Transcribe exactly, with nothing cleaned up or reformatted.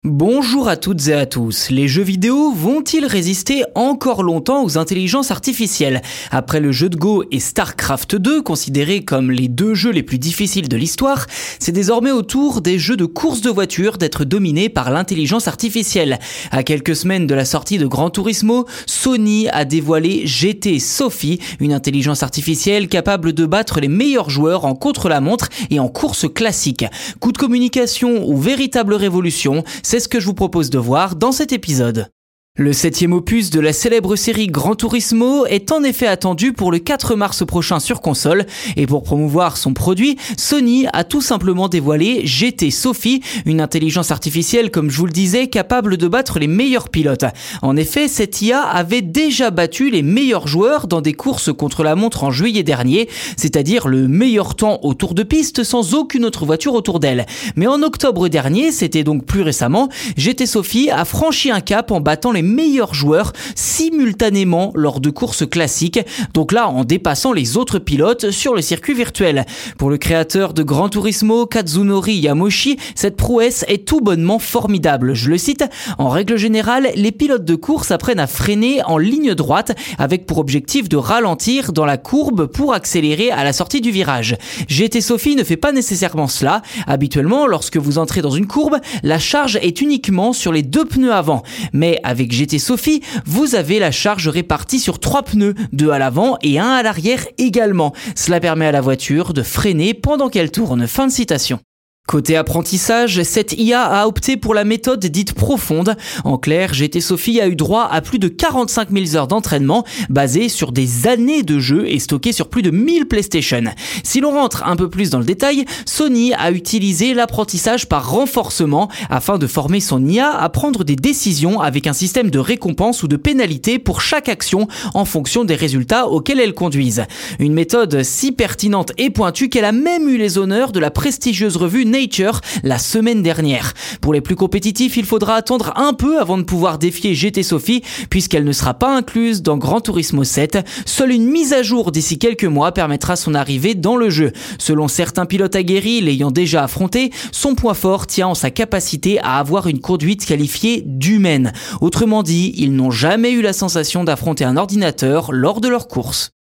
Bonjour à toutes et à tous. Les jeux vidéo vont-ils résister encore longtemps aux intelligences artificielles ? Après le jeu de Go et StarCraft deux, considérés comme les deux jeux les plus difficiles de l'histoire, c'est désormais au tour des jeux de course de voiture d'être dominés par l'intelligence artificielle. À quelques semaines de la sortie de Gran Turismo, Sony a dévoilé G T Sophie, une intelligence artificielle capable de battre les meilleurs joueurs en contre-la-montre et en course classique. Coup de communication ou véritable révolution ? C'est ce que je vous propose de voir dans cet épisode. Le septième opus de la célèbre série Gran Turismo est en effet attendu pour le quatre mars prochain sur console, et pour promouvoir son produit, Sony a tout simplement dévoilé G T Sophie, une intelligence artificielle, comme je vous le disais, capable de battre les meilleurs pilotes. En effet, cette I A avait déjà battu les meilleurs joueurs dans des courses contre la montre en juillet dernier, c'est-à-dire le meilleur temps au tour de piste sans aucune autre voiture autour d'elle. Mais en octobre dernier, c'était donc plus récemment, G T Sophie a franchi un cap en battant les meilleurs joueurs simultanément lors de courses classiques, donc là en dépassant les autres pilotes sur le circuit virtuel. Pour le créateur de Gran Turismo, Kazunori Yamoshi, cette prouesse est tout bonnement formidable. Je le cite, « En règle générale, les pilotes de course apprennent à freiner en ligne droite avec pour objectif de ralentir dans la courbe pour accélérer à la sortie du virage. G T Sophie ne fait pas nécessairement cela. Habituellement, lorsque vous entrez dans une courbe, la charge est uniquement sur les deux pneus avant. Mais avec G T Sophie, vous avez la charge répartie sur trois pneus, deux à l'avant et un à l'arrière également. Cela permet à la voiture de freiner pendant qu'elle tourne. » Fin de citation. Côté apprentissage, cette I A a opté pour la méthode dite profonde. En clair, G T Sophie a eu droit à plus de quarante-cinq mille heures d'entraînement basées sur des années de jeu et stockées sur plus de mille PlayStation. Si l'on rentre un peu plus dans le détail, Sony a utilisé l'apprentissage par renforcement afin de former son I A à prendre des décisions avec un système de récompense ou de pénalité pour chaque action en fonction des résultats auxquels elles conduisent. Une méthode si pertinente et pointue qu'elle a même eu les honneurs de la prestigieuse revue Nature la semaine dernière. Pour les plus compétitifs, il faudra attendre un peu avant de pouvoir défier G T Sophie puisqu'elle ne sera pas incluse dans Gran Turismo sept. Seule une mise à jour d'ici quelques mois permettra son arrivée dans le jeu. Selon certains pilotes aguerris l'ayant déjà affronté, son point fort tient en sa capacité à avoir une conduite qualifiée d'humaine. Autrement dit, ils n'ont jamais eu la sensation d'affronter un ordinateur lors de leur course.